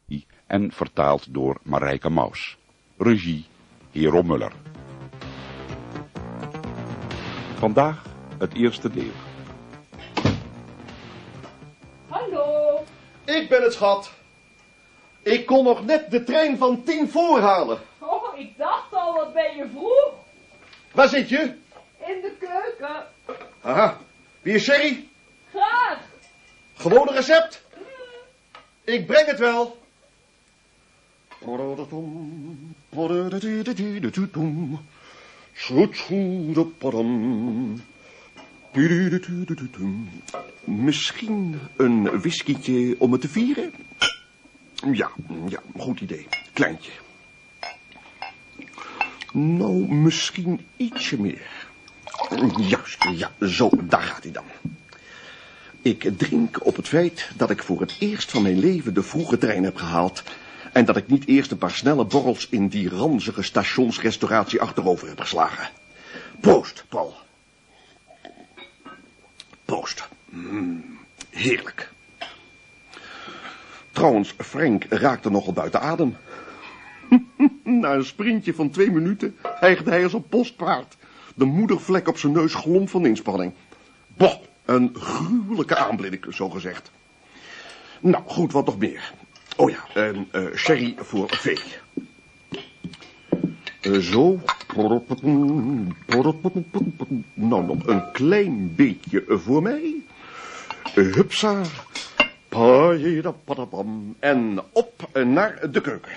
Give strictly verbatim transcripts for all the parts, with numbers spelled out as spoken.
en vertaald door Marijke Maus. Regie Hero Muller. Vandaag het eerste deel. Hallo. Ik ben het, schat. Ik kon nog net de trein van tien voor halen. Oh, ik dacht al, wat ben je vroeg? Waar zit je? In de keuken. Aha. Wie is Sherry? Graag. Gewone recept? Mm. Ik breng het wel. Misschien een whiskietje om het te vieren? Ja, ja, goed idee. Kleintje. Nou, misschien ietsje meer. Juist, ja, zo, daar gaat hij dan. Ik drink op het feit dat ik voor het eerst van mijn leven de vroege trein heb gehaald en dat ik niet eerst een paar snelle borrels in die ranzige stationsrestauratie achterover heb geslagen. Proost, Paul. Proost. Mm, heerlijk. Trouwens, Frank raakte nogal buiten adem. Na een sprintje van twee minuten hijgde hij als een postpaard. De moedervlek op zijn neus glom van inspanning. Boh, een gruwelijke aanblik, zo gezegd. Nou, goed, wat nog meer. Oh ja, een uh, sherry voor vee. Uh, zo. Nou, nog een klein beetje voor mij. Uh, hupsa. En op naar de keuken.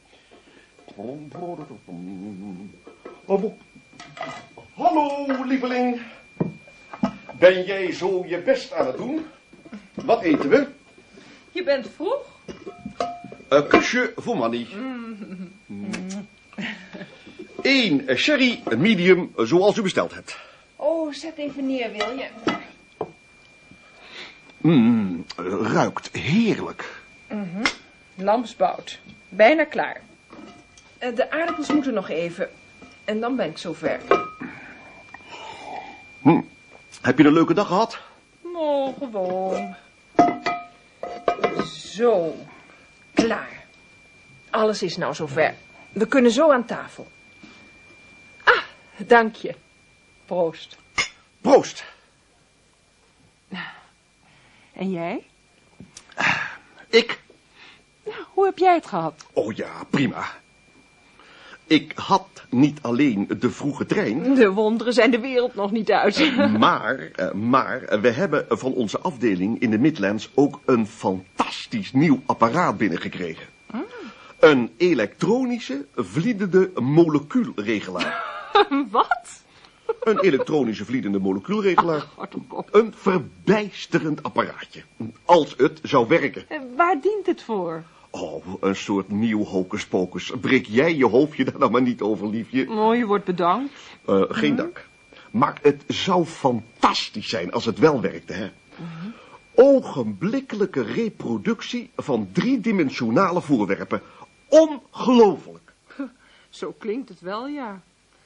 Hallo, lieveling. Ben jij zo je best aan het doen? Wat eten we? Je bent vroeg? Een kusje voor Manny. Eén sherry, een medium, zoals u besteld hebt. Oh, zet even neer, wil je? Mmm, ruikt heerlijk. Mm-hmm. Lamsbout. Bijna klaar. Uh, de aardappels moeten nog even. En dan ben ik zover. Hm. Heb je een leuke dag gehad? Oh, gewoon. Zo. Klaar. Alles is nou zover. We kunnen zo aan tafel. Ah, dank je. Proost. Proost. En jij? Ik? Nou, hoe heb jij het gehad? Oh ja, prima. Ik had niet alleen de vroege trein. De wonderen zijn de wereld nog niet uit. Maar, maar we hebben van onze afdeling in de Midlands ook een fantastisch nieuw apparaat binnengekregen. Mm. Een elektronische vliedende molecuulregelaar. Wat? Een elektronische vliedende molecuulregelaar. Ach, een verbijsterend apparaatje. Als het zou werken. Waar dient het voor? Oh, een soort nieuw hocus-pocus. Breek jij je hoofdje daar nou maar niet over, liefje. Oh, je wordt bedankt. Uh, geen mm-hmm. dank. Maar het zou fantastisch zijn als het wel werkte, hè. Mm-hmm. Ogenblikkelijke reproductie van driedimensionale voorwerpen. Ongelooflijk. Zo klinkt het wel, ja.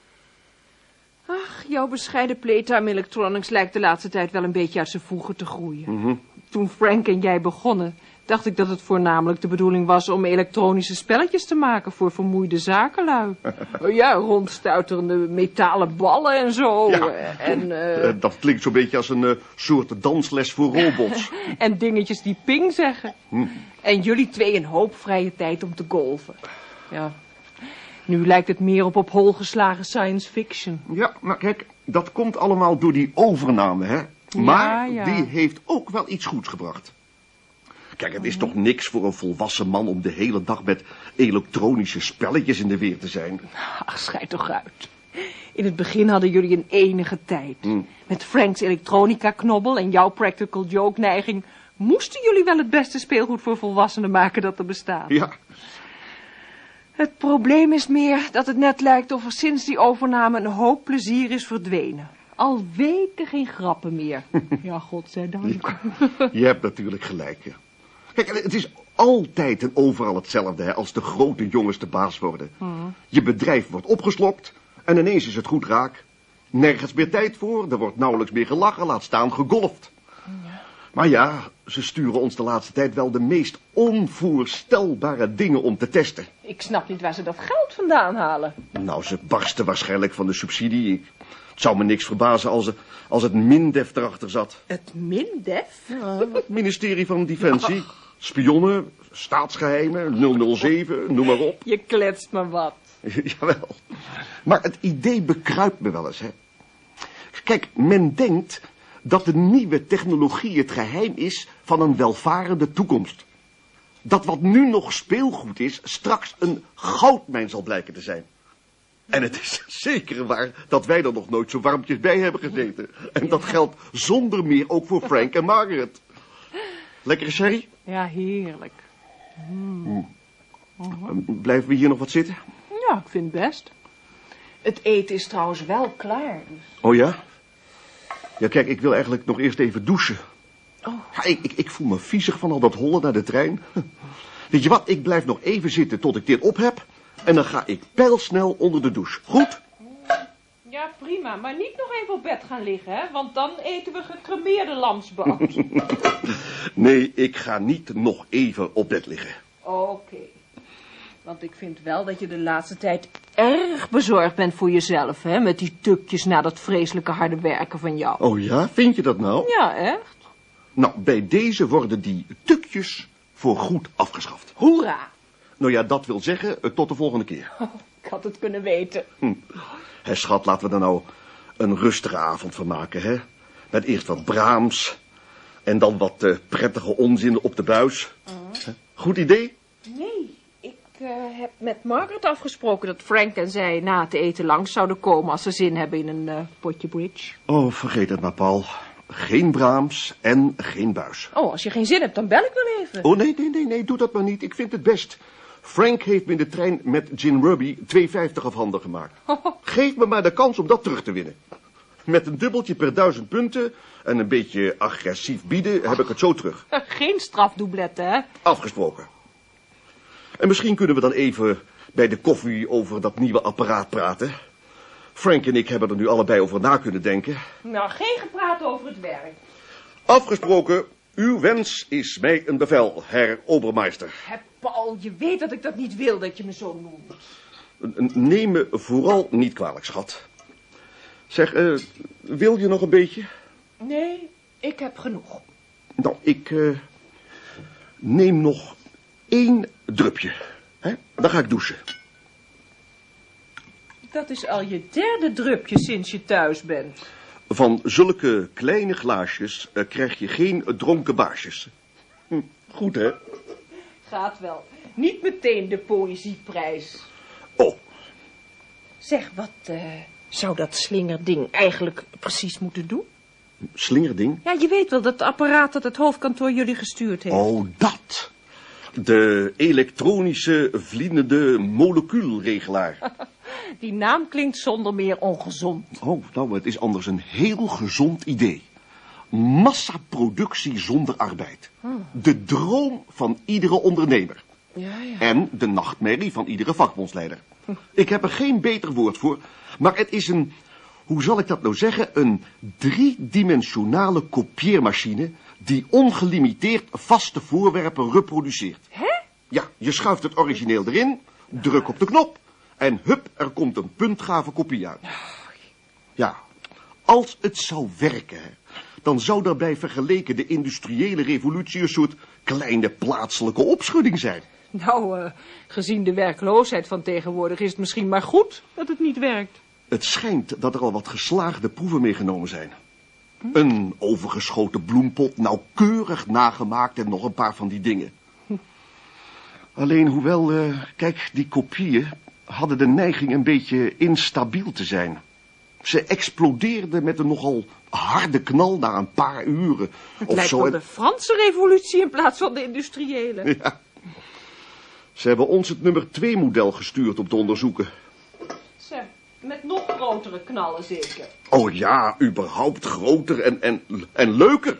Ach, jouw bescheiden Playtime Electronics lijkt de laatste tijd wel een beetje uit zijn voegen te groeien. Mm-hmm. Toen Frank en jij begonnen, dacht ik dat het voornamelijk de bedoeling was om elektronische spelletjes te maken voor vermoeide zakenlui. Ja, rondstuiterende metalen ballen en zo. Ja, en, uh... dat klinkt zo'n beetje als een uh, soort dansles voor robots. En dingetjes die ping zeggen. Hm. En jullie twee een hoop vrije tijd om te golfen. Ja. Nu lijkt het meer op op hol geslagen science fiction. Ja, maar kijk, dat komt allemaal door die overname, hè. Maar ja, ja. die heeft ook wel iets goeds gebracht. Kijk, het is toch niks voor een volwassen man om de hele dag met elektronische spelletjes in de weer te zijn. Ach, schijt toch uit. In het begin hadden jullie een enige tijd. Mm. Met Franks elektronica-knobbel en jouw practical joke-neiging moesten jullie wel het beste speelgoed voor volwassenen maken dat er bestaat. Ja. Het probleem is meer dat het net lijkt of er sinds die overname een hoop plezier is verdwenen. Al weken geen grappen meer. Ja, godzijdank. Ja, je hebt natuurlijk gelijk, ja. Kijk, het is altijd en overal hetzelfde, hè, als de grote jongens de baas worden. Mm. Je bedrijf wordt opgeslokt en ineens is het goed raak. Nergens meer tijd voor, er wordt nauwelijks meer gelachen, laat staan gegolfd. Ja. Maar ja, Ze sturen ons de laatste tijd wel de meest onvoorstelbare dingen om te testen. Ik snap niet waar ze dat geld vandaan halen. Nou, ze barsten waarschijnlijk van de subsidie. Het zou me niks verbazen als, er, als het MINDEF erachter zat. Het MINDEF? Ja, het ministerie van Defensie. Spionnen, staatsgeheimen, nul nul zeven, noem maar op. Je kletst maar wat. Jawel. Maar het idee bekruipt me wel eens, hè. Kijk, men denkt dat de nieuwe technologie het geheim is van een welvarende toekomst. Dat wat nu nog speelgoed is, straks een goudmijn zal blijken te zijn. En het is zeker waar dat wij er nog nooit zo warmpjes bij hebben gezeten. En dat geldt zonder meer ook voor Frank en Margaret. Lekkere sherry? Ja, heerlijk. Mm. Blijven we hier nog wat zitten? Ja, ik vind het best. Het eten is trouwens wel klaar. Dus. Oh ja? Ja, kijk, ik wil eigenlijk nog eerst even douchen. Oh. Ja, ik, ik, ik voel me viezig van al dat hollen naar de trein. Weet je wat, ik blijf nog even zitten tot ik dit op heb. En dan ga ik pijlsnel onder de douche. Goed? Ja, prima. Maar niet nog even op bed gaan liggen, hè? Want dan eten we gecremeerde lamsbout. Nee, ik ga niet nog even op bed liggen. Oké. Okay. Want ik vind wel dat je de laatste tijd erg bezorgd bent voor jezelf, hè? Met die tukjes na dat vreselijke harde werken van jou. Oh ja, vind je dat nou? Ja, echt? Nou, bij deze worden die tukjes voorgoed afgeschaft. Hoera! Nou ja, dat wil zeggen, tot de volgende keer. Oh, ik had het kunnen weten. Hm. Hé, schat, laten we er nou een rustige avond van maken, hè? Met eerst wat Brahms en dan wat uh, prettige onzin op de buis. Uh-huh. Goed idee? Nee, ik uh, heb met Margaret afgesproken dat Frank en zij na het eten langs zouden komen als ze zin hebben in een uh, potje bridge. Oh, vergeet het maar, Paul. Geen Brahms en geen buis. Oh, als je geen zin hebt, dan bel ik wel even. Oh, nee, nee, nee, nee, doe dat maar niet. Ik vind het best. Frank heeft me in de trein met Gin Ruby twee vijftig afhandig gemaakt. Geef me maar de kans om dat terug te winnen. Met een dubbeltje per duizend punten en een beetje agressief bieden heb ik het zo terug. Geen strafdoubletten, hè? Afgesproken. En misschien kunnen we dan even bij de koffie over dat nieuwe apparaat praten. Frank en ik hebben er nu allebei over na kunnen denken. Nou, geen gepraat over het werk. Afgesproken. Uw wens is mij een bevel, Herr Obermeister. Hè, Paul, je weet dat ik dat niet wil, dat je me zo noemt. Neem me vooral niet kwalijk, schat. Zeg, uh, wil je nog een beetje? Nee, ik heb genoeg. Nou, ik uh, neem nog één drupje. Hè? Dan ga ik douchen. Dat is al je derde drupje sinds je thuis bent. Van zulke kleine glaasjes uh, krijg je geen dronken baasjes. Hm, goed, hè? Gaat wel. Niet meteen de poëzieprijs. Oh. Zeg, wat uh, zou dat slingerding eigenlijk precies moeten doen? Slingerding? Ja, je weet wel, dat apparaat dat het hoofdkantoor jullie gestuurd heeft. Oh, dat. De elektronische vliedende molecuulregelaar. Die naam klinkt zonder meer ongezond. Oh, nou, het is anders een heel gezond idee. Massaproductie zonder arbeid. Hmm. De droom van iedere ondernemer. Ja, ja. En de nachtmerrie van iedere vakbondsleider. Hm. Ik heb er geen beter woord voor, maar het is een, hoe zal ik dat nou zeggen, een driedimensionale kopieermachine die ongelimiteerd vaste voorwerpen reproduceert. Hè? Ja, je schuift het origineel erin, druk op de knop en hup, er komt een puntgave kopie uit. Ja, als het zou werken, dan zou daarbij vergeleken de industriële revolutie een soort kleine plaatselijke opschudding zijn. Nou, uh, gezien de werkloosheid van tegenwoordig is het misschien maar goed dat het niet werkt. Het schijnt dat er al wat geslaagde proeven meegenomen zijn. Hm? Een overgeschoten bloempot, nauwkeurig nagemaakt en nog een paar van die dingen. Hm. Alleen, hoewel, uh, kijk, die kopieën hadden de neiging een beetje instabiel te zijn. Ze explodeerden met een nogal harde knal na een paar uren. Het of lijkt zo. wel de Franse revolutie in plaats van de industriële. Ja. Ze hebben ons het nummer twee model gestuurd om te onderzoeken. Zeg, met nog grotere knallen zeker. Oh ja, überhaupt groter en, en, en leuker.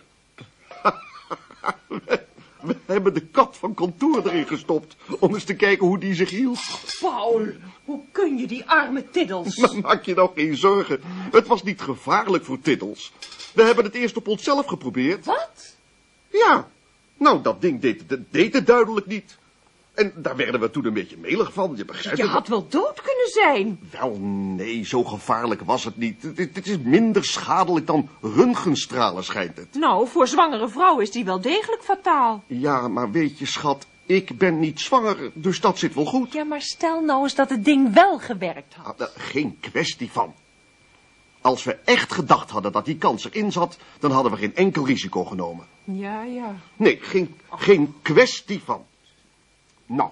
we, we hebben de kat van kantoor erin gestopt om eens te kijken hoe die zich hield. Paul, hoe kun je die arme tiddels? Maar maak je nou geen zorgen. Het was niet gevaarlijk voor tiddels. We hebben het eerst op onszelf geprobeerd. Wat? Ja, Nou, dat ding deed, dat deed het duidelijk niet. En daar werden we toen een beetje melig van, je begrijpt Je het. had wel dood kunnen zijn. Wel, nee, zo gevaarlijk was het niet. Het, het is minder schadelijk dan röntgenstralen, schijnt het. Nou, voor zwangere vrouwen is die wel degelijk fataal. Ja, maar weet je, schat, ik ben niet zwanger, dus dat zit wel goed. Ja, maar stel nou eens dat het ding wel gewerkt had. Ah, daar, geen kwestie van. Als we echt gedacht hadden dat die kans erin zat, dan hadden we geen enkel risico genomen. Ja, ja. Nee, geen, geen kwestie van. Nou.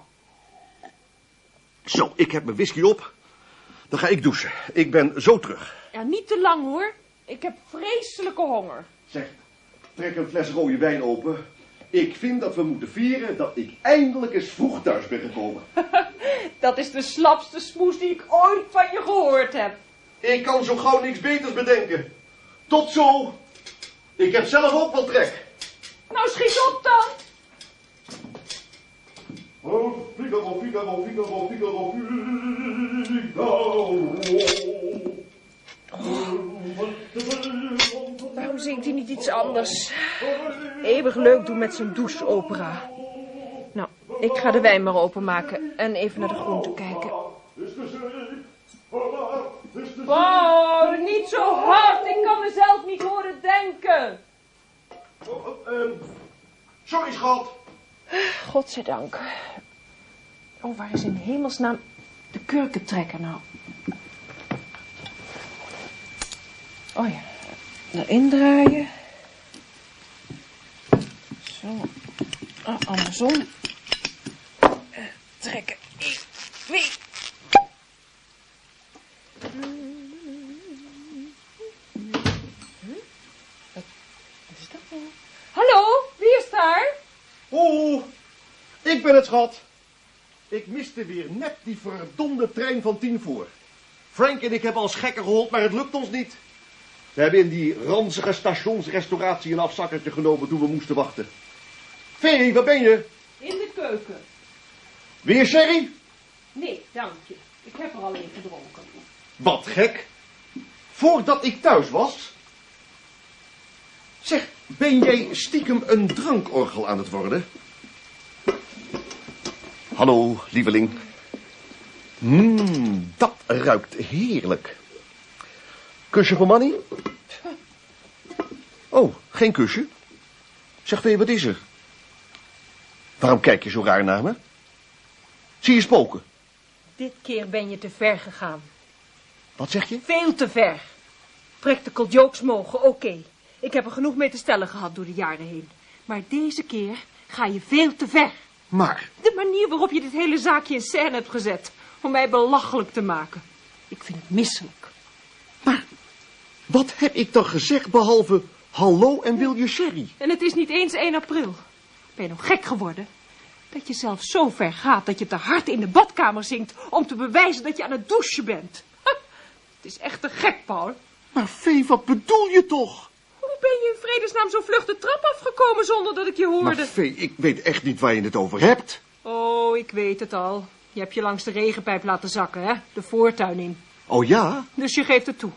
Zo, ik heb mijn whisky op. Dan ga ik douchen. Ik ben zo terug. Ja, niet te lang hoor. Ik heb vreselijke honger. Zeg, trek een fles rode wijn open. Ik vind dat we moeten vieren dat ik eindelijk eens vroeg thuis ben gekomen. Dat is de slapste smoes die ik ooit van je gehoord heb. Ik kan zo gauw niks beters bedenken. Tot zo. Ik heb zelf ook wel trek. Nou, schiet op dan. Oh, Figaro, Figaro, Figaro, Figaro, Figaro. Waarom zingt hij niet iets anders? Eeuwig leuk doen met zijn douche-opera. Nou, ik ga de wijn maar openmaken en even naar de groenten kijken. Paul, niet zo hard. Ik kan mezelf niet horen denken. Oh, uh, uh, sorry, schat. Godzijdank. Oh, waar is in hemelsnaam de kurkentrekker nou? Oh ja, erin draaien. Zo. Oh, andersom. Uh, trekken. Eén, twee. Wat is dat nou? Hallo, wie is daar? Oh, ik ben het, schat. Ik miste weer net die verdomde trein van tien voor. Frank en ik hebben als gekken gehold, maar het lukt ons niet. We hebben in die ranzige stationsrestauratie een afzakkertje genomen toen we moesten wachten. Ferry, waar ben je? In de keuken. Weer sherry? Nee, dank je. Ik heb er al een gedronken. Wat gek. Voordat ik thuis was. Zeg, ben jij stiekem een drankorgel aan het worden? Hallo, lieveling. Mmm, dat ruikt heerlijk. Kusje voor Manny? Oh, geen kusje? Zeg, Vee, wat is er? Waarom kijk je zo raar naar me? Zie je spoken? Dit keer ben je te ver gegaan. Wat zeg je? Veel te ver. Practical jokes mogen, oké. Ik heb er genoeg mee te stellen gehad door de jaren heen. Maar deze keer ga je veel te ver. Maar... De manier waarop je dit hele zaakje in scène hebt gezet. Om mij belachelijk te maken. Ik vind het misselijk. Maar... Wat heb ik dan gezegd behalve... Hallo en wil je sherry? En het is niet eens één april. Ben je nou gek geworden? Dat je zelf zo ver gaat dat je te hard in de badkamer zingt... om te bewijzen dat je aan het douchen bent. Ha, het is echt te gek, Paul. Maar Vee, wat bedoel je toch? Hoe ben je in vredesnaam zo vlug de trap afgekomen zonder dat ik je hoorde? Maar Vee, ik weet echt niet waar je het over hebt. Oh, ik weet het al. Je hebt je langs de regenpijp laten zakken, hè? De voortuin in. Oh ja? Dus je geeft het toe.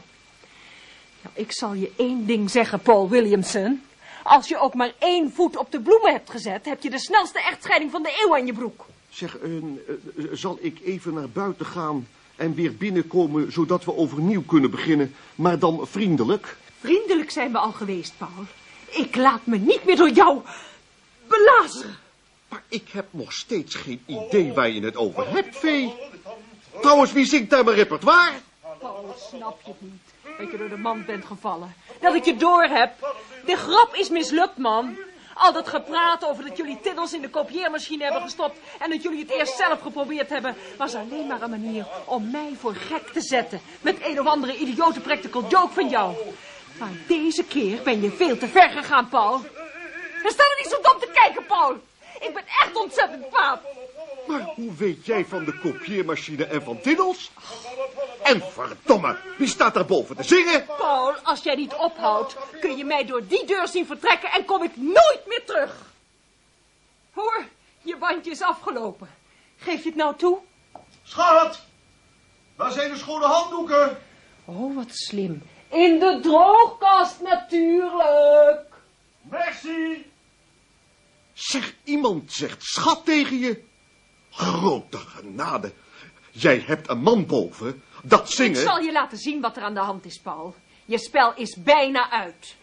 Nou, ik zal je één ding zeggen, Paul Williamson. Als je ook maar één voet op de bloemen hebt gezet... heb je de snelste echtscheiding van de eeuw aan je broek. Zeg, uh, uh, zal ik even naar buiten gaan en weer binnenkomen... zodat we overnieuw kunnen beginnen, maar dan vriendelijk? Vriendelijk zijn we al geweest, Paul. Ik laat me niet meer door jou belazeren. Maar ik heb nog steeds geen idee waar je het over hebt, Vee. Trouwens, wie zingt daar mijn repertoire? Paul, snap je het niet? Dat je door de mand bent gevallen. Dat ik je door heb. De grap is mislukt, man. Al dat gepraat over dat jullie tittels in de kopieermachine hebben gestopt... en dat jullie het eerst zelf geprobeerd hebben... was alleen maar een manier om mij voor gek te zetten... met een of andere idiote practical joke van jou. Maar deze keer ben je veel te ver gegaan, Paul. En sta er niet zo dom te kijken, Paul. Ik ben echt ontzettend kwaad. Maar hoe weet jij van de kopieermachine en van tittels? En verdomme, wie staat daar boven te zingen? Paul, als jij niet ophoudt, kun je mij door die deur zien vertrekken en kom ik nooit meer terug. Hoor, je bandje is afgelopen. Geef je het nou toe? Schat, waar zijn de schone handdoeken? Oh, wat slim. In de droogkast natuurlijk. Merci. Zeg, iemand zegt schat tegen je. Grote genade. Jij hebt een man boven. Dat zingen... Ik zal je laten zien wat er aan de hand is, Paul. Je spel is bijna uit.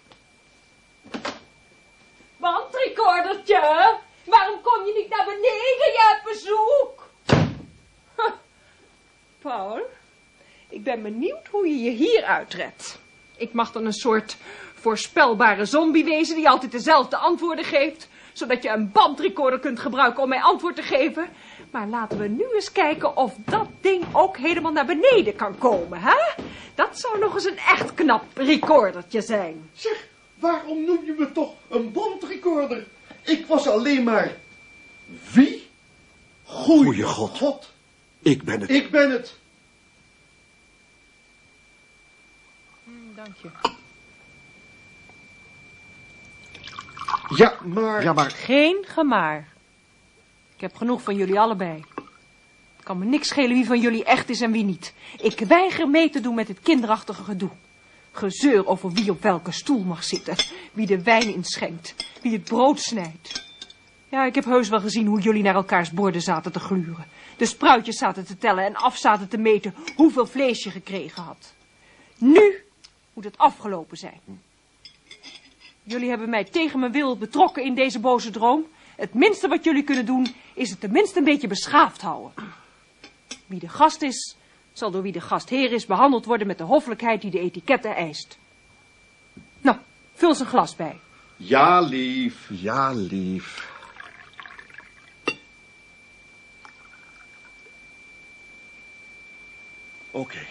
Bandrecordertje, waarom kom je niet naar beneden? Je hebt bezoek. Huh. Paul, ik ben benieuwd hoe je je hier uitredt. Ik mag dan een soort voorspelbare zombie wezen die altijd dezelfde antwoorden geeft, zodat je een bandrecorder kunt gebruiken om mij antwoord te geven. Maar laten we nu eens kijken of dat ding ook helemaal naar beneden kan komen, hè? Dat zou nog eens een echt knap recordertje zijn. Zeg, waarom noem je me toch een bandrecorder? Ik was alleen maar... Wie? Goeie God. God. Ik ben het. Ik ben het. Mm, dank je. Ja, maar... Ja, maar... Geen gemaar. Ik heb genoeg van jullie allebei. Het kan me niks schelen wie van jullie echt is en wie niet. Ik weiger mee te doen met dit kinderachtige gedoe. Gezeur over wie op welke stoel mag zitten. Wie de wijn inschenkt. Wie het brood snijdt. Ja, ik heb heus wel gezien hoe jullie naar elkaars borden zaten te gluren. De spruitjes zaten te tellen en af zaten te meten hoeveel vlees je gekregen had. Nu moet het afgelopen zijn. Jullie hebben mij tegen mijn wil betrokken in deze boze droom. Het minste wat jullie kunnen doen is het tenminste een beetje beschaafd houden. Wie de gast is, zal door wie de gastheer is behandeld worden met de hoffelijkheid die de etiketten eist. Nou, vul eens een glas bij. Ja, lief. Ja, lief. Oké. Okay.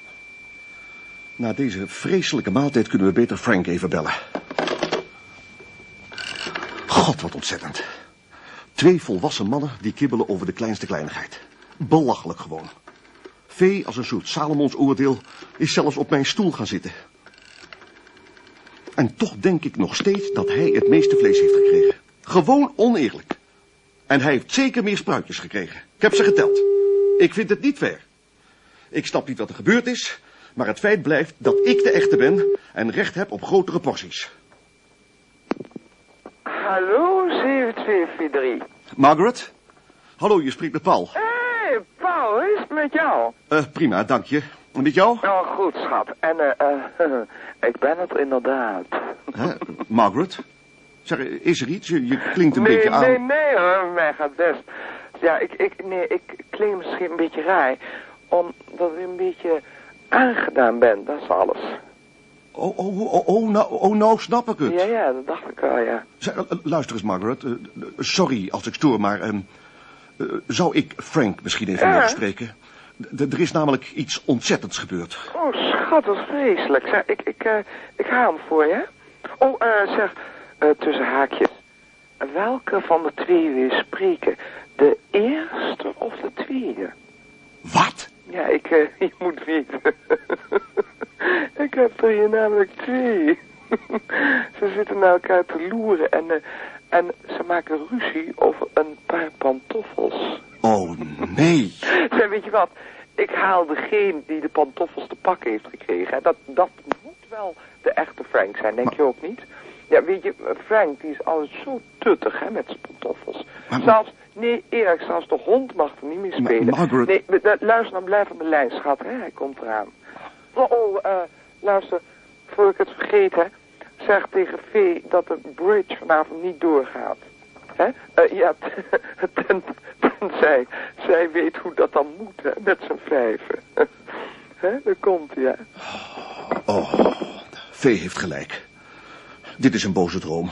Na deze vreselijke maaltijd kunnen we beter Frank even bellen. God, wat ontzettend. Twee volwassen mannen die kibbelen over de kleinste kleinigheid. Belachelijk gewoon. Vee, als een soort Salomons oordeel, is zelfs op mijn stoel gaan zitten. En toch denk ik nog steeds dat hij het meeste vlees heeft gekregen. Gewoon oneerlijk. En hij heeft zeker meer spruitjes gekregen. Ik heb ze geteld. Ik vind het niet fair. Ik snap niet wat er gebeurd is, maar het feit blijft dat ik de echte ben en recht heb op grotere porties. Hallo, zeven twee vier drie. Margaret? Hallo, je spreekt met Paul. Hé, hey, Paul, hoe is het met jou? Uh, prima, dank je. En met jou? Oh, goed, schat. En, eh, uh, ik ben het inderdaad. Huh? Margaret? Zeg, is er iets? Je, je klinkt een nee, beetje aan... Nee, nee, hoor, mij gaat best. Ja, ik, ik, nee, ik klink misschien een beetje raar, omdat ik een beetje aangedaan ben, dat is alles. Oh, oh, oh, oh, nou, oh, nou snap ik het. Ja, ja, dat dacht ik al, ja. Zeg, luister eens, Margaret. Uh, sorry als ik stoor, maar... Uh, uh, zou ik Frank misschien even ja. mogen spreken? D er is namelijk iets ontzettends gebeurd. Oh, schat, dat is vreselijk. Zeg, ik, ik, uh, ik haal hem voor je. Oh, uh, zeg, uh, tussen haakjes. Welke van de twee wil je spreken? De eerste of de tweede? Wat? Ja, ik, uh, je moet weten. Ik heb er hier namelijk twee. Ze zitten naar elkaar te loeren en, uh, en ze maken ruzie over een paar pantoffels. Oh, nee. Zeg, weet je wat? Ik haal degene die de pantoffels te pakken heeft gekregen. En dat, dat moet wel de echte Frank zijn, denk maar... je ook niet? Ja, weet je, Frank die is altijd zo tuttig, hè, met zijn pantoffels. Maar... Zelfs, nee, eerlijk, zelfs de hond mag er niet meer spelen. Ma Margaret... Nee, luister dan, blijf aan de lijn, schat, hè, hij komt eraan. Oh, oh uh, luister, voor ik het vergeet, hè, zeg tegen Vee dat de bridge vanavond niet doorgaat. Hè? Uh, ja, ten, tenzij zij weet hoe dat dan moet, hè, met z'n vijven. Hè, daar komt hij, hè. Oh, Vee heeft gelijk. Dit is een boze droom.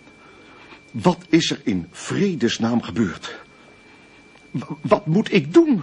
Wat is er in vredesnaam gebeurd? W wat moet ik doen?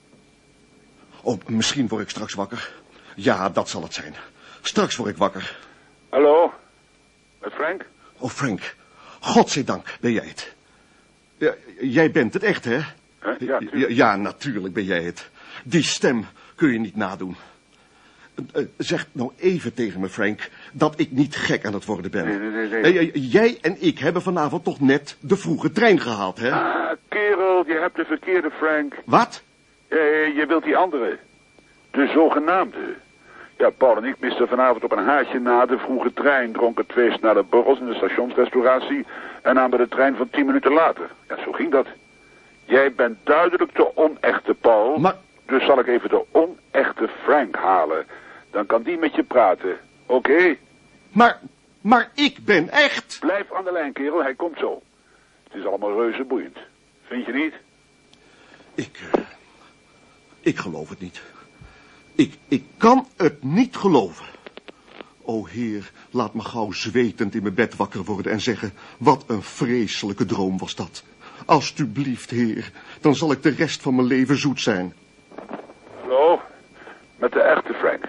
Oh, misschien word ik straks wakker. Ja, dat zal het zijn. Straks word ik wakker. Hallo, met Frank? Oh, Frank. Godzijdank ben jij het. Ja, jij bent het echt, hè? Huh? Ja, ja, ja, natuurlijk ben jij het. Die stem kun je niet nadoen. Uh, zeg nou even tegen me, Frank, dat ik niet gek aan het worden ben. Nee, nee, nee, nee. Uh, jij en ik hebben vanavond toch net de vroege trein gehaald, hè? Ah, kerel, je hebt de verkeerde Frank. Wat? Uh, je wilt die andere. De zogenaamde. Ja, Paul en ik misten vanavond op een haartje na de vroege trein, dronken twee snelle borrels in de stationsrestauratie en namen de trein van tien minuten later. Ja, zo ging dat. Jij bent duidelijk de onechte Paul, Maar... dus zal ik even de onechte Frank halen. Dan kan die met je praten, oké? Okay? Maar, maar ik ben echt. Blijf aan de lijn, kerel, hij komt zo. Het is allemaal reuze boeiend. Vind je niet? Ik, uh, ik geloof het niet. Ik, ik kan het niet geloven. O Heer, laat me gauw zwetend in mijn bed wakker worden en zeggen, wat een vreselijke droom was dat. Alsjeblieft, Heer, dan zal ik de rest van mijn leven zoet zijn. Hallo, met de echte Frank.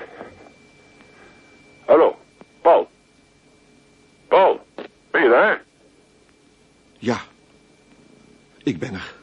Hallo, Paul. Paul, ben je daar? Ja, ik ben er.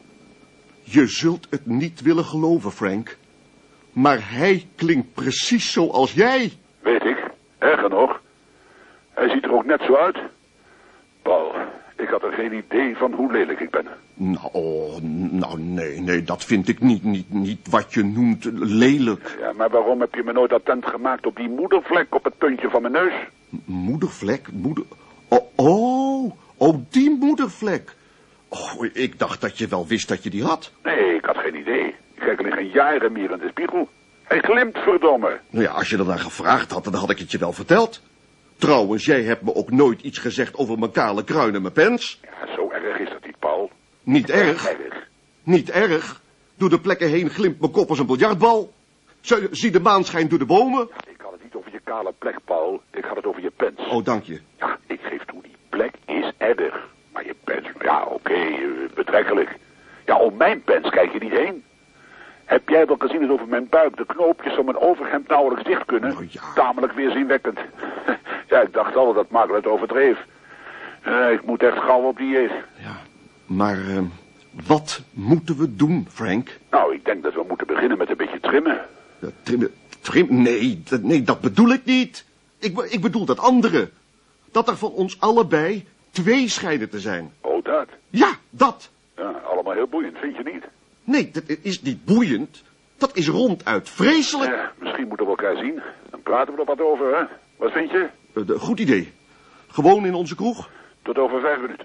Je zult het niet willen geloven, Frank. Maar hij klinkt precies zoals jij. Weet ik, erger nog. Hij ziet er ook net zo uit. Paul, ik had er geen idee van hoe lelijk ik ben. Nou, oh, nou nee, nee, dat vind ik niet, niet, niet wat je noemt lelijk. Ja, maar waarom heb je me nooit attent gemaakt op die moedervlek op het puntje van mijn neus? M- moedervlek? Moeder... Oh, oh, oh, die moedervlek. Oh, ik dacht dat je wel wist dat je die had. Nee, ik had geen idee. Ik kijk al in geen jaren meer in de spiegel. Hij glimt, verdomme. Nou ja, als je er dan gevraagd had, dan had ik het je wel verteld. Trouwens, jij hebt me ook nooit iets gezegd over mijn kale kruin en mijn pens. Ja, zo erg is dat niet, Paul. Niet erg. Erg. Niet erg. Door de plekken heen glimt mijn kop als een biljartbal. Zo- Zie de maan schijnt door de bomen. Ik had het niet over je kale plek, Paul. Ik had het over je pens. Oh, dank je. Ja, ik geef toe, die plek is erg. Maar je pens, ja, oké, okay, betrekkelijk. Ja, om mijn pens kijk je niet heen. Heb jij wel gezien dat over mijn buik de knoopjes van mijn overhemd nauwelijks dicht kunnen? Oh, ja. Tamelijk weerzinwekkend. Ja, ik dacht al dat Margaret overdreef. Uh, ik moet echt gauw op dieet. Ja, maar uh, wat moeten we doen, Frank? Nou, ik denk dat we moeten beginnen met een beetje trimmen. Uh, trimmen? Trim? Nee, dat, nee, dat bedoel ik niet. Ik, be- ik bedoel dat andere. Dat er van ons allebei twee schijnen te zijn. Oh, dat? Ja, dat. Ja, allemaal heel boeiend, vind je niet? Nee, dat is niet boeiend. Dat is ronduit vreselijk. Ja, misschien moeten we elkaar zien. Dan praten we er wat over, hè? Wat vind je? Uh, de, goed idee. Gewoon in onze kroeg. Tot over vijf minuten.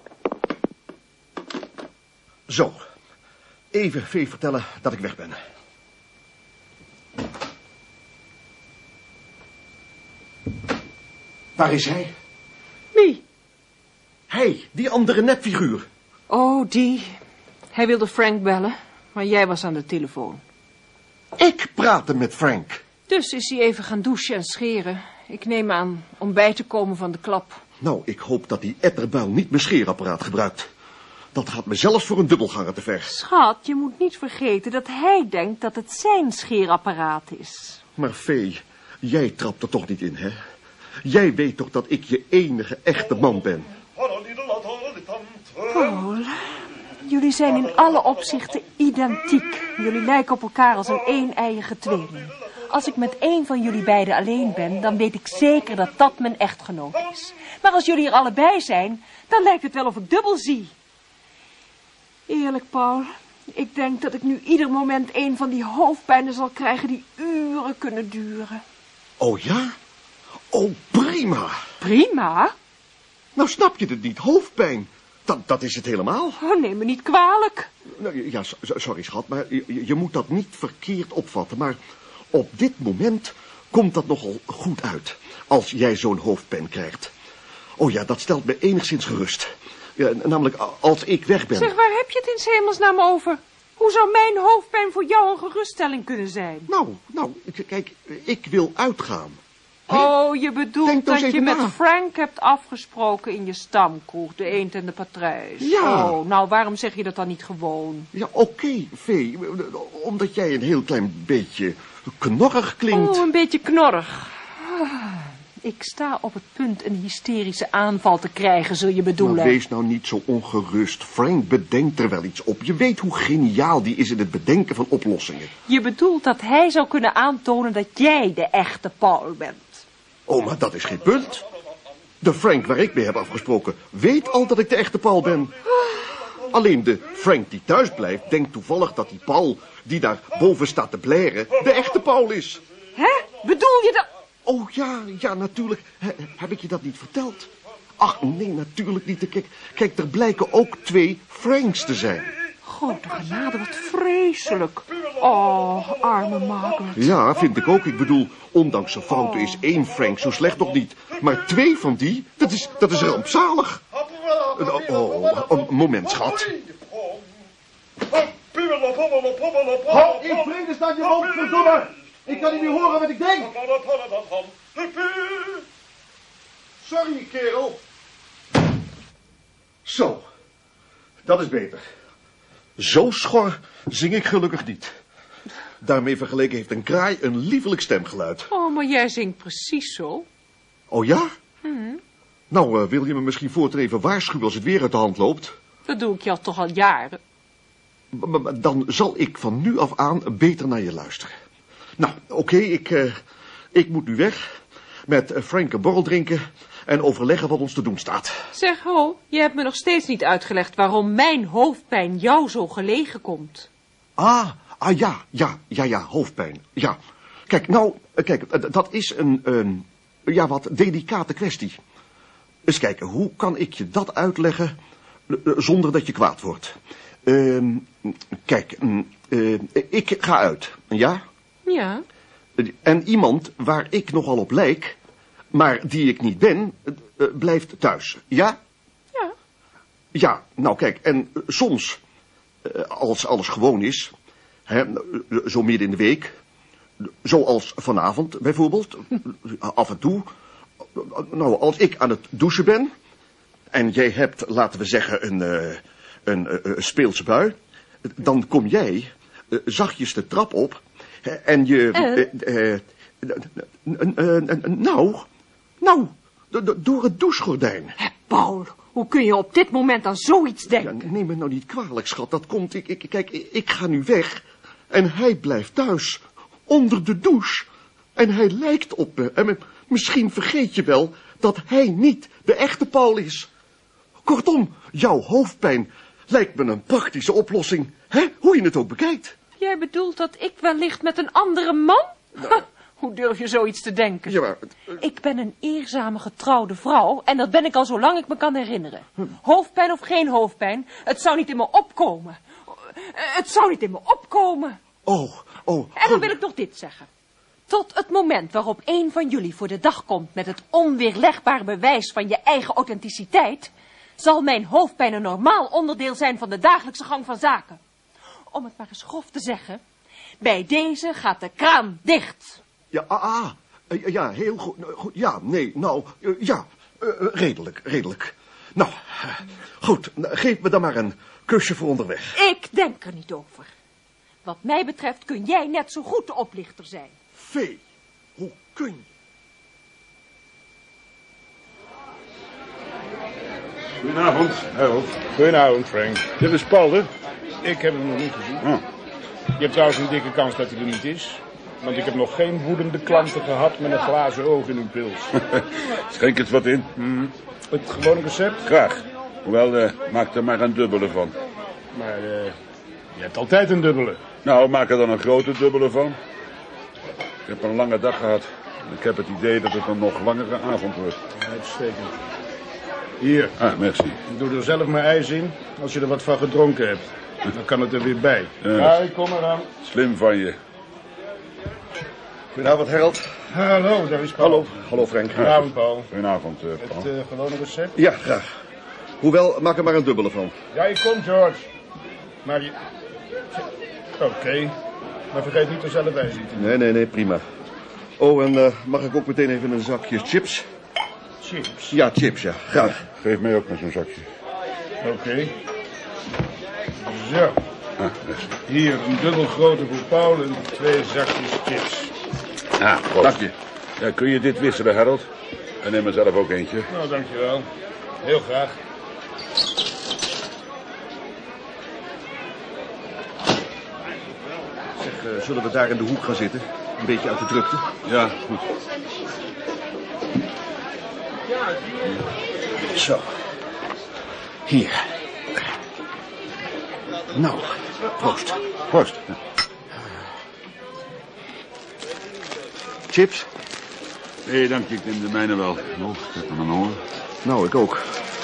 Zo. Even Vee vertellen dat ik weg ben. Waar is hij? Wie? Hij, die andere nepfiguur. Oh, die. Hij wilde Frank bellen, maar jij was aan de telefoon. Ik praatte met Frank. Dus is hij even gaan douchen en scheren. Ik neem aan om bij te komen van de klap. Nou, ik hoop dat die etterbuil niet mijn scheerapparaat gebruikt. Dat gaat me zelfs voor een dubbelganger te ver. Schat, je moet niet vergeten dat hij denkt dat het zijn scheerapparaat is. Maar Vee, jij trapt er toch niet in, hè? Jij weet toch dat ik je enige echte man ben? Paul, jullie zijn in alle opzichten identiek. Jullie lijken op elkaar als een een-eiige tweeling. Als ik met één van jullie beiden alleen ben, dan weet ik zeker dat dat mijn echtgenoot is. Maar als jullie er allebei zijn, dan lijkt het wel of ik dubbel zie. Eerlijk, Paul, ik denk dat ik nu ieder moment een van die hoofdpijnen zal krijgen die uren kunnen duren. Oh ja? Oh, prima. Prima? Nou snap je het niet, hoofdpijn. Dat, dat is het helemaal. Oh, neem me niet kwalijk. Nou, ja, so- sorry schat, maar je, je moet dat niet verkeerd opvatten. Maar op dit moment komt dat nogal goed uit. Als jij zo'n hoofdpijn krijgt. Oh ja, dat stelt me enigszins gerust. Ja, namelijk als ik weg ben. Zeg, waar heb je het in 's hemelsnaam over? Hoe zou mijn hoofdpijn voor jou een geruststelling kunnen zijn? Nou, nou, k- kijk, ik wil uitgaan. Oh, je bedoelt Denk nou dat eens je even met na. Frank hebt afgesproken in je stamkroeg, de eend en de patrijs. Ja. Oh, nou, waarom zeg je dat dan niet gewoon? Ja, oké, okay, Vee. Omdat jij een heel klein beetje knorrig klinkt. Oh, een beetje knorrig. Ah, ik sta op het punt een hysterische aanval te krijgen, zul je bedoelen. Maar wees nou niet zo ongerust. Frank bedenkt er wel iets op. Je weet hoe geniaal die is in het bedenken van oplossingen. Je bedoelt dat hij zou kunnen aantonen dat jij de echte Paul bent. Oh, maar dat is geen punt. De Frank waar ik mee heb afgesproken weet al dat ik de echte Paul ben. Alleen de Frank die thuis blijft denkt toevallig dat die Paul die daar boven staat te blaren de echte Paul is. Hè? Bedoel je dat? Oh ja, ja, natuurlijk. He, heb ik je dat niet verteld? Ach, nee, natuurlijk niet. Kijk, kijk, er blijken ook twee Franks te zijn. Grote genade, wat vreselijk. Oh, arme Margaret. Ja, vind ik ook. Ik bedoel, ondanks zijn fouten is één Frank zo slecht nog niet. Maar twee van die, dat is, dat is rampzalig. Oh, oh, een moment, schat. Hou in vredesnaam je mond, verdomme! Ik kan niet meer horen wat ik denk. Sorry, kerel. Zo, dat is beter. Zo schor zing ik gelukkig niet. Daarmee vergeleken heeft een kraai een liefelijk stemgeluid. Oh, maar jij zingt precies zo. Oh ja? Mm-hmm. Nou, uh, wil je me misschien voortaan even waarschuwen als het weer uit de hand loopt? Dat doe ik je al toch al jaren. B- b- dan zal ik van nu af aan beter naar je luisteren. Nou, oké, okay, ik, uh, ik moet nu weg. Met uh, Frank een borrel drinken en overleggen wat ons te doen staat. Zeg, ho, je hebt me nog steeds niet uitgelegd waarom mijn hoofdpijn jou zo gelegen komt. Ah, ah ja, ja, ja, ja, hoofdpijn. Ja, kijk, nou, kijk, uh, dat is een, een, ja, wat delicate kwestie. Eens kijken, hoe kan ik je dat uitleggen uh, zonder dat je kwaad wordt? Uh, kijk, uh, ik ga uit, ja? Ja. En iemand waar ik nogal op lijk, maar die ik niet ben, uh, blijft thuis, ja? Ja. Ja, nou kijk, en uh, soms, uh, als alles gewoon is, hè, zo midden in de week, zoals vanavond bijvoorbeeld, af en toe, nou, als ik aan het douchen ben, en jij hebt, laten we zeggen, een, uh, een uh, speelse bui, dan kom jij uh, zachtjes de trap op en je... Uh, uh, uh, uh, uh, nou, nou, door het douchegordijn. Hé, Paul, hoe kun je op dit moment aan zoiets denken? Ja, neem me nou niet kwalijk, schat. Dat komt, ik, ik, kijk, ik, ik ga nu weg en hij blijft thuis, onder de douche. En hij lijkt op me. En misschien vergeet je wel dat hij niet de echte Paul is. Kortom, jouw hoofdpijn lijkt me een praktische oplossing. Hè? Hoe je het ook bekijkt. Jij bedoelt dat ik wellicht met een andere man? Ha, hoe durf je zoiets te denken? Ja, maar, uh, ik ben een eerzame getrouwde vrouw en dat ben ik al zolang ik me kan herinneren. Hoofdpijn of geen hoofdpijn, het zou niet in me opkomen. Het zou niet in me opkomen. Oh, oh. En dan wil ik nog dit zeggen. Tot het moment waarop een van jullie voor de dag komt met het onweerlegbare bewijs van je eigen authenticiteit, zal mijn hoofdpijn een normaal onderdeel zijn van de dagelijkse gang van zaken. Om het maar eens grof te zeggen, bij deze gaat de kraan dicht. Ja, ah, ah. Uh, ja, heel goed. goed. Ja, nee, nou, uh, ja, uh, redelijk, redelijk. Nou, uh, goed, geef me dan maar een kusje voor onderweg. Ik denk er niet over. Wat mij betreft kun jij net zo goed de oplichter zijn. Vee, hoe kun je? Goedenavond, Harold. Goedenavond, Frank. Dit is Paul, hè? Ik heb hem nog niet gezien. Oh. Je hebt trouwens een dikke kans dat hij er niet is. Want ik heb nog geen woedende klanten gehad met een glazen oog in hun pils. Schenk het wat in. Mm. Het gewone recept? Graag. Hoewel, uh, maak er maar een dubbele van. Maar uh, je hebt altijd een dubbele. Nou, maak er dan een grote dubbele van. Ik heb een lange dag gehad. Ik heb het idee dat het een nog langere avond wordt. Uitstekend. Hier. Ah, merci. Ik doe er zelf mijn ijs in als je er wat van gedronken hebt. Dan kan het er weer bij. Uh, ja, ik kom eraan. Slim van je. Goedenavond, Harold. Hallo, daar is Paul. Hallo, hallo Frank. Goedenavond, Paul. Goedenavond, uh, Paul. Het uh, gewone recept? Ja, graag. Hoewel, maak er maar een dubbele van. Ja, ik kom, George. Maar je... Oké. Okay. Maar vergeet niet er zelf bij zitten. Nee, nee, nee, prima. Oh, en uh, mag ik ook meteen even een zakje chips? Chips? Ja, chips, ja. Graag. Geef mij ook maar zo'n zakje. Oké. Okay. Zo. Ah, merci. Hier, een dubbel grote voor Paul en twee zakjes chips. Ah, goed. Dank je. Ja, kun je dit wisselen, Harold? En neem er zelf ook eentje. Nou, dankjewel. Heel graag. Zeg, uh, zullen we daar in de hoek gaan zitten? Een beetje uit de drukte. Ja, goed. Zo. Hier. Nou, proost. Proost. Ja. Chips? Nee, dank je. Ik neem de mijne wel. Oh, kijk maar naar. Nou, ik ook.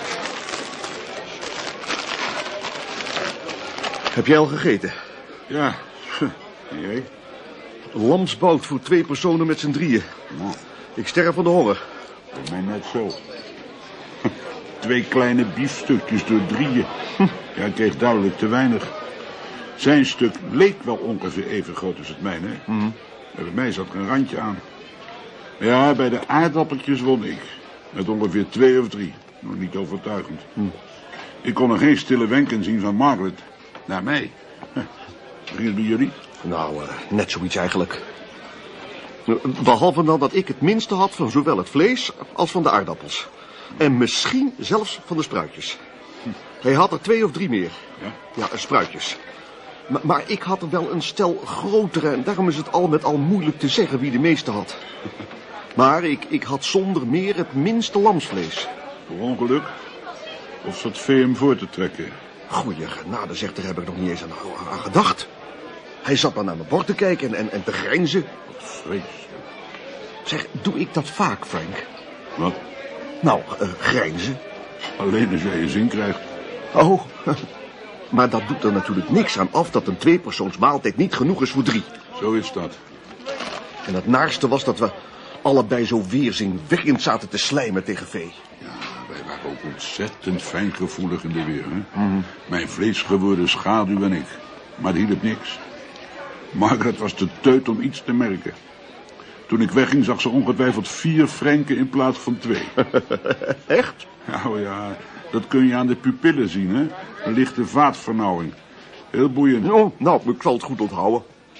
Heb jij al gegeten? Ja. En jij? Lamsbout voor twee personen met z'n drieën. Nou, Ik sterf van de honger. bij mij net zo. Twee kleine biefstukjes door drieën. Ja, ik kreeg duidelijk te weinig. Zijn stuk leek wel ongeveer even groot als het mijne. Hè? Mm. Bij mij zat er een randje aan. Ja, bij de aardappeltjes won ik. Met ongeveer twee of drie. Nog niet overtuigend. Mm. Ik kon er geen stille wenken zien van Margaret. Naar mij. Huh. Ging het bij jullie? Nou, uh, net zoiets eigenlijk. Behalve dan dat ik het minste had van zowel het vlees als van de aardappels. En misschien zelfs van de spruitjes. Hij had er twee of drie meer. Ja? Ja, spruitjes. Maar, maar ik had er wel een stel grotere en daarom is het al met al moeilijk te zeggen wie de meeste had. Maar ik, ik had zonder meer het minste lamsvlees. Voor ongeluk? Of zat vee hem voor te trekken? Goeie genade, zegt, daar heb ik nog niet eens aan, aan gedacht. Hij zat maar naar mijn bord te kijken en, en, en te grijnzen. Vreselijk. Zeg, doe ik dat vaak, Frank? Wat? Nou, uh, grijnzen. Alleen als jij je zin krijgt. Oh, maar dat doet er natuurlijk niks aan af dat een tweepersoons maaltijd niet genoeg is voor drie. Zo is dat. En het naarste was dat we allebei zo weerzinwekkend zaten te slijmen tegen vee. Ja, wij waren ook ontzettend fijngevoelig in de weer. Hè? Mm. Mijn vleesgeworden schaduw en ik. Maar dat hielp niks. Margaret was te teut om iets te merken. Toen ik wegging zag ze ongetwijfeld vier Franken in plaats van twee. Echt? Nou ja, dat kun je aan de pupillen zien, hè. Een lichte vaatvernauwing. Heel boeiend. Oh, nou, ik zal het goed onthouden.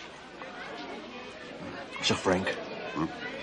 Zeg, Frank. Huh?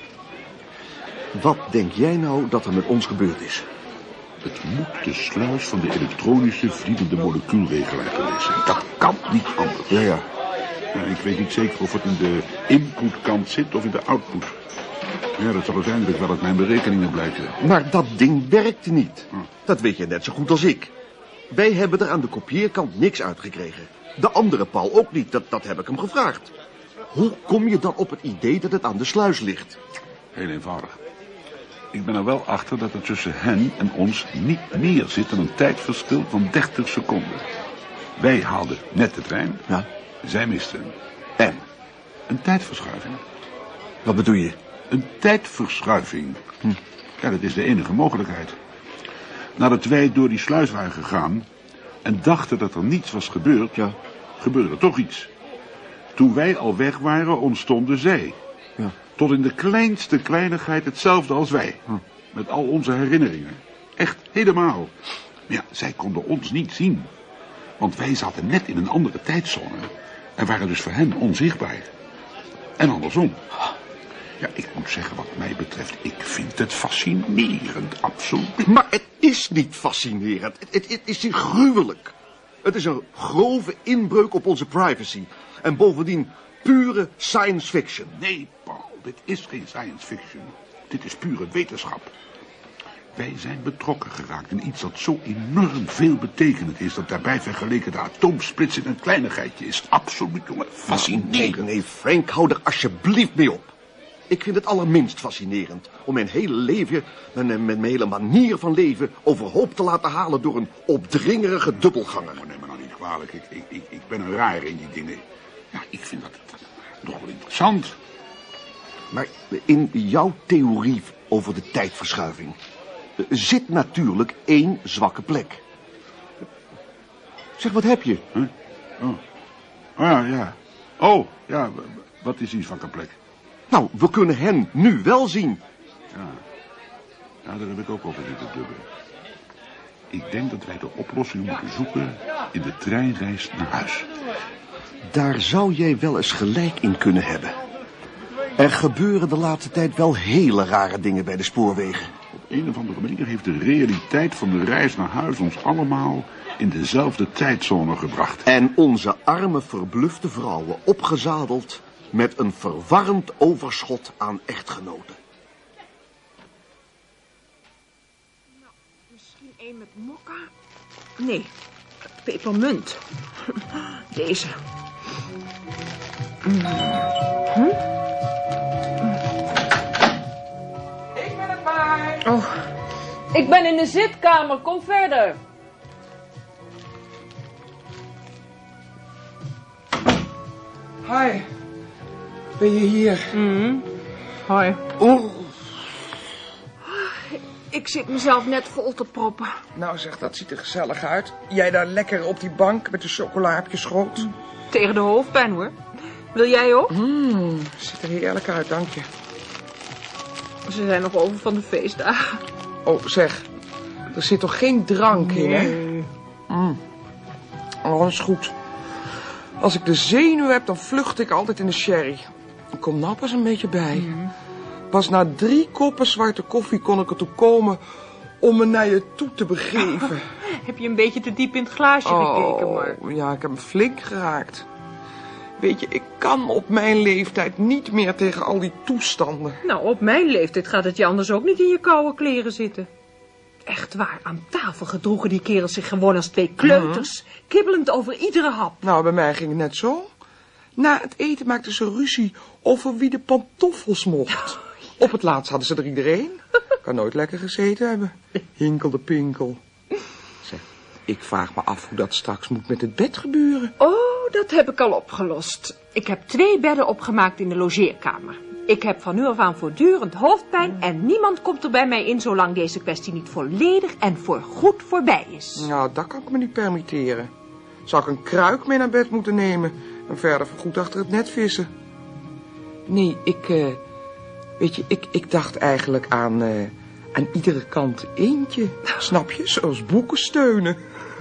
Wat denk jij nou dat er met ons gebeurd is? Het moet de sluis van de elektronische vliedende molecuulregelaar geweest zijn. Dat kan niet anders. Ja, ja. Ja, ik weet niet zeker of het in de inputkant zit of in de output. Ja, dat zal uiteindelijk wel uit mijn berekeningen blijken. Maar dat ding werkte niet. Hm. Dat weet je net zo goed als ik. Wij hebben er aan de kopieerkant niks uitgekregen. De andere Paul ook niet, dat, dat heb ik hem gevraagd. Hoe kom je dan op het idee dat het aan de sluis ligt? Heel eenvoudig. Ik ben er wel achter dat er tussen hen en ons niet meer zit dan een tijdverschil van dertig seconden. Wij haalden net de trein. Ja. Zij misten hem. En? Een tijdverschuiving. Wat bedoel je? Een tijdverschuiving. Hm. Ja, dat is de enige mogelijkheid. Nadat wij door die sluis waren gegaan en dachten dat er niets was gebeurd, ja, gebeurde er toch iets. Toen wij al weg waren, ontstonden zij. Ja. Tot in de kleinste kleinigheid hetzelfde als wij. Hm. Met al onze herinneringen. Echt helemaal. Maar ja, zij konden ons niet zien. Want wij zaten net in een andere tijdzone en waren dus voor hen onzichtbaar. En andersom. Ja, ik moet zeggen wat mij betreft, ik vind het fascinerend, absoluut. Maar het is niet fascinerend. Het, het, het is gruwelijk. Het is een grove inbreuk op onze privacy. En bovendien pure science fiction. Nee, Paul, dit is geen science fiction. Dit is pure wetenschap. Wij zijn betrokken geraakt in iets dat zo enorm veelbetekenend is, dat daarbij vergeleken de atoomsplitsing een kleinigheidje is. Absoluut, jongen, fascinerend. Nee, nee, Frank, hou er alsjeblieft mee op. Ik vind het allerminst fascinerend om mijn hele leven, mijn, mijn hele manier van leven, overhoop te laten halen door een opdringerige dubbelganger. Oh, neem me nou niet kwalijk, ik, ik, ik, ik ben een raar in die dingen. Ja, ik vind dat nog wel interessant. Maar in jouw theorie over de tijdverschuiving zit natuurlijk één zwakke plek. Zeg, wat heb je? Huh? Oh. oh ja, ja. Oh, ja, wat is die zwakke plek? Nou, we kunnen hen nu wel zien. Ja, ja daar heb ik ook over zitten dubben. Ik denk dat wij de oplossing moeten zoeken in de treinreis naar huis. Daar zou jij wel eens gelijk in kunnen hebben. Er gebeuren de laatste tijd wel hele rare dingen bij de spoorwegen. Op een of andere manier heeft de realiteit van de reis naar huis ons allemaal in dezelfde tijdzone gebracht. En onze arme, verblufte vrouwen opgezadeld met een verwarrend overschot aan echtgenoten. Nou, misschien één met mokka? Nee, pepermunt. Deze. Hm? Ik ben in de zitkamer, kom verder. Hi. Ben je hier? Mm. Hoi. Oeh. Ik zit mezelf net vol te proppen. Nou zeg, dat ziet er gezellig uit. Jij daar lekker op die bank met de chocola op je schoot. Tegen de hoofdpijn, hoor. Wil jij ook? Mmm, ziet er heerlijk uit, dank je. Ze zijn nog over van de feestdagen. Oh, zeg. Er zit toch geen drank in, hè? Mm. Oh, dat is goed. Als ik de zenuw heb, dan vlucht ik altijd in de sherry. Ik kom nou pas een beetje bij. Mm. Pas na drie koppen zwarte koffie kon ik ertoe komen om me naar je toe te begeven. Oh, heb je een beetje te diep in het glaasje oh, gekeken, maar... Ja, ik heb hem flink geraakt. Weet je, ik kan op mijn leeftijd niet meer tegen al die toestanden. Nou, op mijn leeftijd gaat het je anders ook niet in je koude kleren zitten. Echt waar, aan tafel gedroegen die kerels zich gewoon als twee kleuters, mm-hmm. kibbelend over iedere hap. Nou, bij mij ging het net zo. Na het eten maakten ze ruzie over wie de pantoffels mocht. Op het laatst hadden ze er iedereen. Kan nooit lekker gezeten hebben. Hinkel de pinkel. Zeg, ik vraag me af hoe dat straks moet met het bed gebeuren. Oh, dat heb ik al opgelost. Ik heb twee bedden opgemaakt in de logeerkamer. Ik heb van nu af aan voortdurend hoofdpijn en niemand komt er bij mij in zolang deze kwestie niet volledig en voorgoed voorbij is. Nou, dat kan ik me niet permitteren. Zou ik een kruik mee naar bed moeten nemen en verder voorgoed achter het net vissen? Nee, ik... Uh, weet je, ik, ik dacht eigenlijk aan, uh, aan iedere kant eentje. Snap je? Zoals boeken steunen.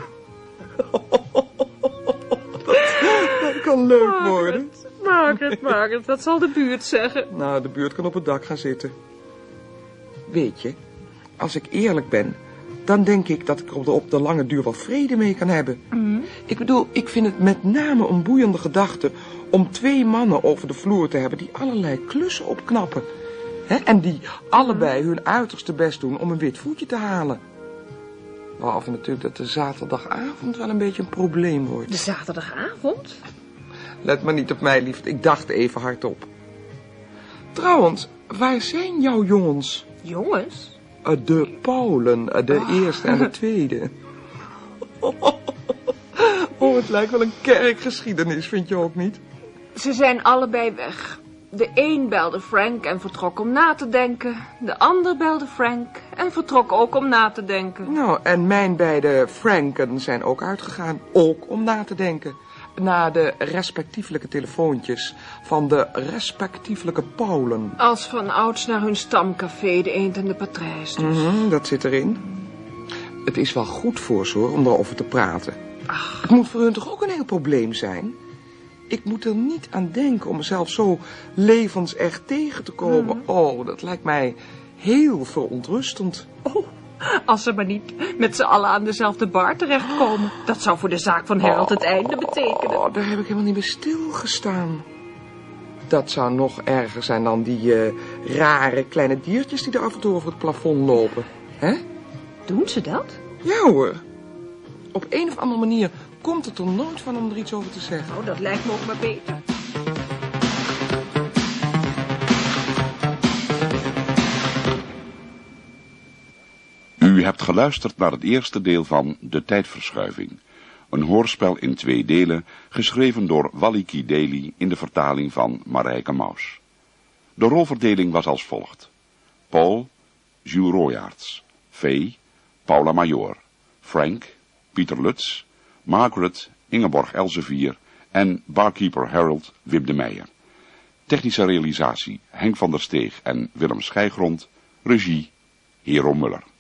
dat kan leuk Margaret, worden. Margaret, Margaret, wat zal de buurt zeggen? Nou, de buurt kan op het dak gaan zitten. Weet je, als ik eerlijk ben, dan denk ik dat ik er op de, op de lange duur wel vrede mee kan hebben. Mm. Ik bedoel, ik vind het met name een boeiende gedachte om twee mannen over de vloer te hebben die allerlei klussen opknappen. Hè? En die allebei hun uiterste best doen om een wit voetje te halen. Behalve natuurlijk dat de zaterdagavond wel een beetje een probleem wordt. De zaterdagavond? Let maar niet op mij, lief. Ik dacht even hardop. Trouwens, waar zijn jouw jongens? Jongens? De Paulen, de oh. eerste en de tweede. Oh, het lijkt wel een kerkgeschiedenis, vind je ook niet? Ze zijn allebei weg. De een belde Frank en vertrok om na te denken. De ander belde Frank en vertrok ook om na te denken. Nou, en mijn beide Franken zijn ook uitgegaan, ook om na te denken. Na de respectievelijke telefoontjes van de respectievelijke Paulen. Als van ouds naar hun stamcafé, de Eend en de Patrijs dus. Mm-hmm, dat zit erin. Het is wel goed voor ze, hoor, om erover te praten. Ach. Het moet voor hun toch ook een heel probleem zijn? Ik moet er niet aan denken om mezelf zo levensecht tegen te komen. Mm-hmm. Oh, dat lijkt mij heel verontrustend. Oh. Als ze maar niet met z'n allen aan dezelfde bar terechtkomen. Dat zou voor de zaak van Harold het einde betekenen. Oh, daar heb ik helemaal niet bij stilgestaan. Dat zou nog erger zijn dan die uh, rare kleine diertjes die er af en toe over het plafond lopen. Hè? Doen ze dat? Ja hoor. Op een of andere manier komt het er nooit van om er iets over te zeggen. Oh, dat lijkt me ook maar beter. U hebt geluisterd naar het eerste deel van De Tijdverschuiving. Een hoorspel in twee delen, geschreven door Walliki Daly in de vertaling van Marijke Maus. De rolverdeling was als volgt. Paul, Jules Royaerts. Fay, Paula Major. Frank, Pieter Lutz. Margaret, Ingeborg Elsevier. En barkeeper Harold, Wim de Meijer. Technische realisatie, Henk van der Steeg en Willem Schijgrond. Regie, Hero Muller.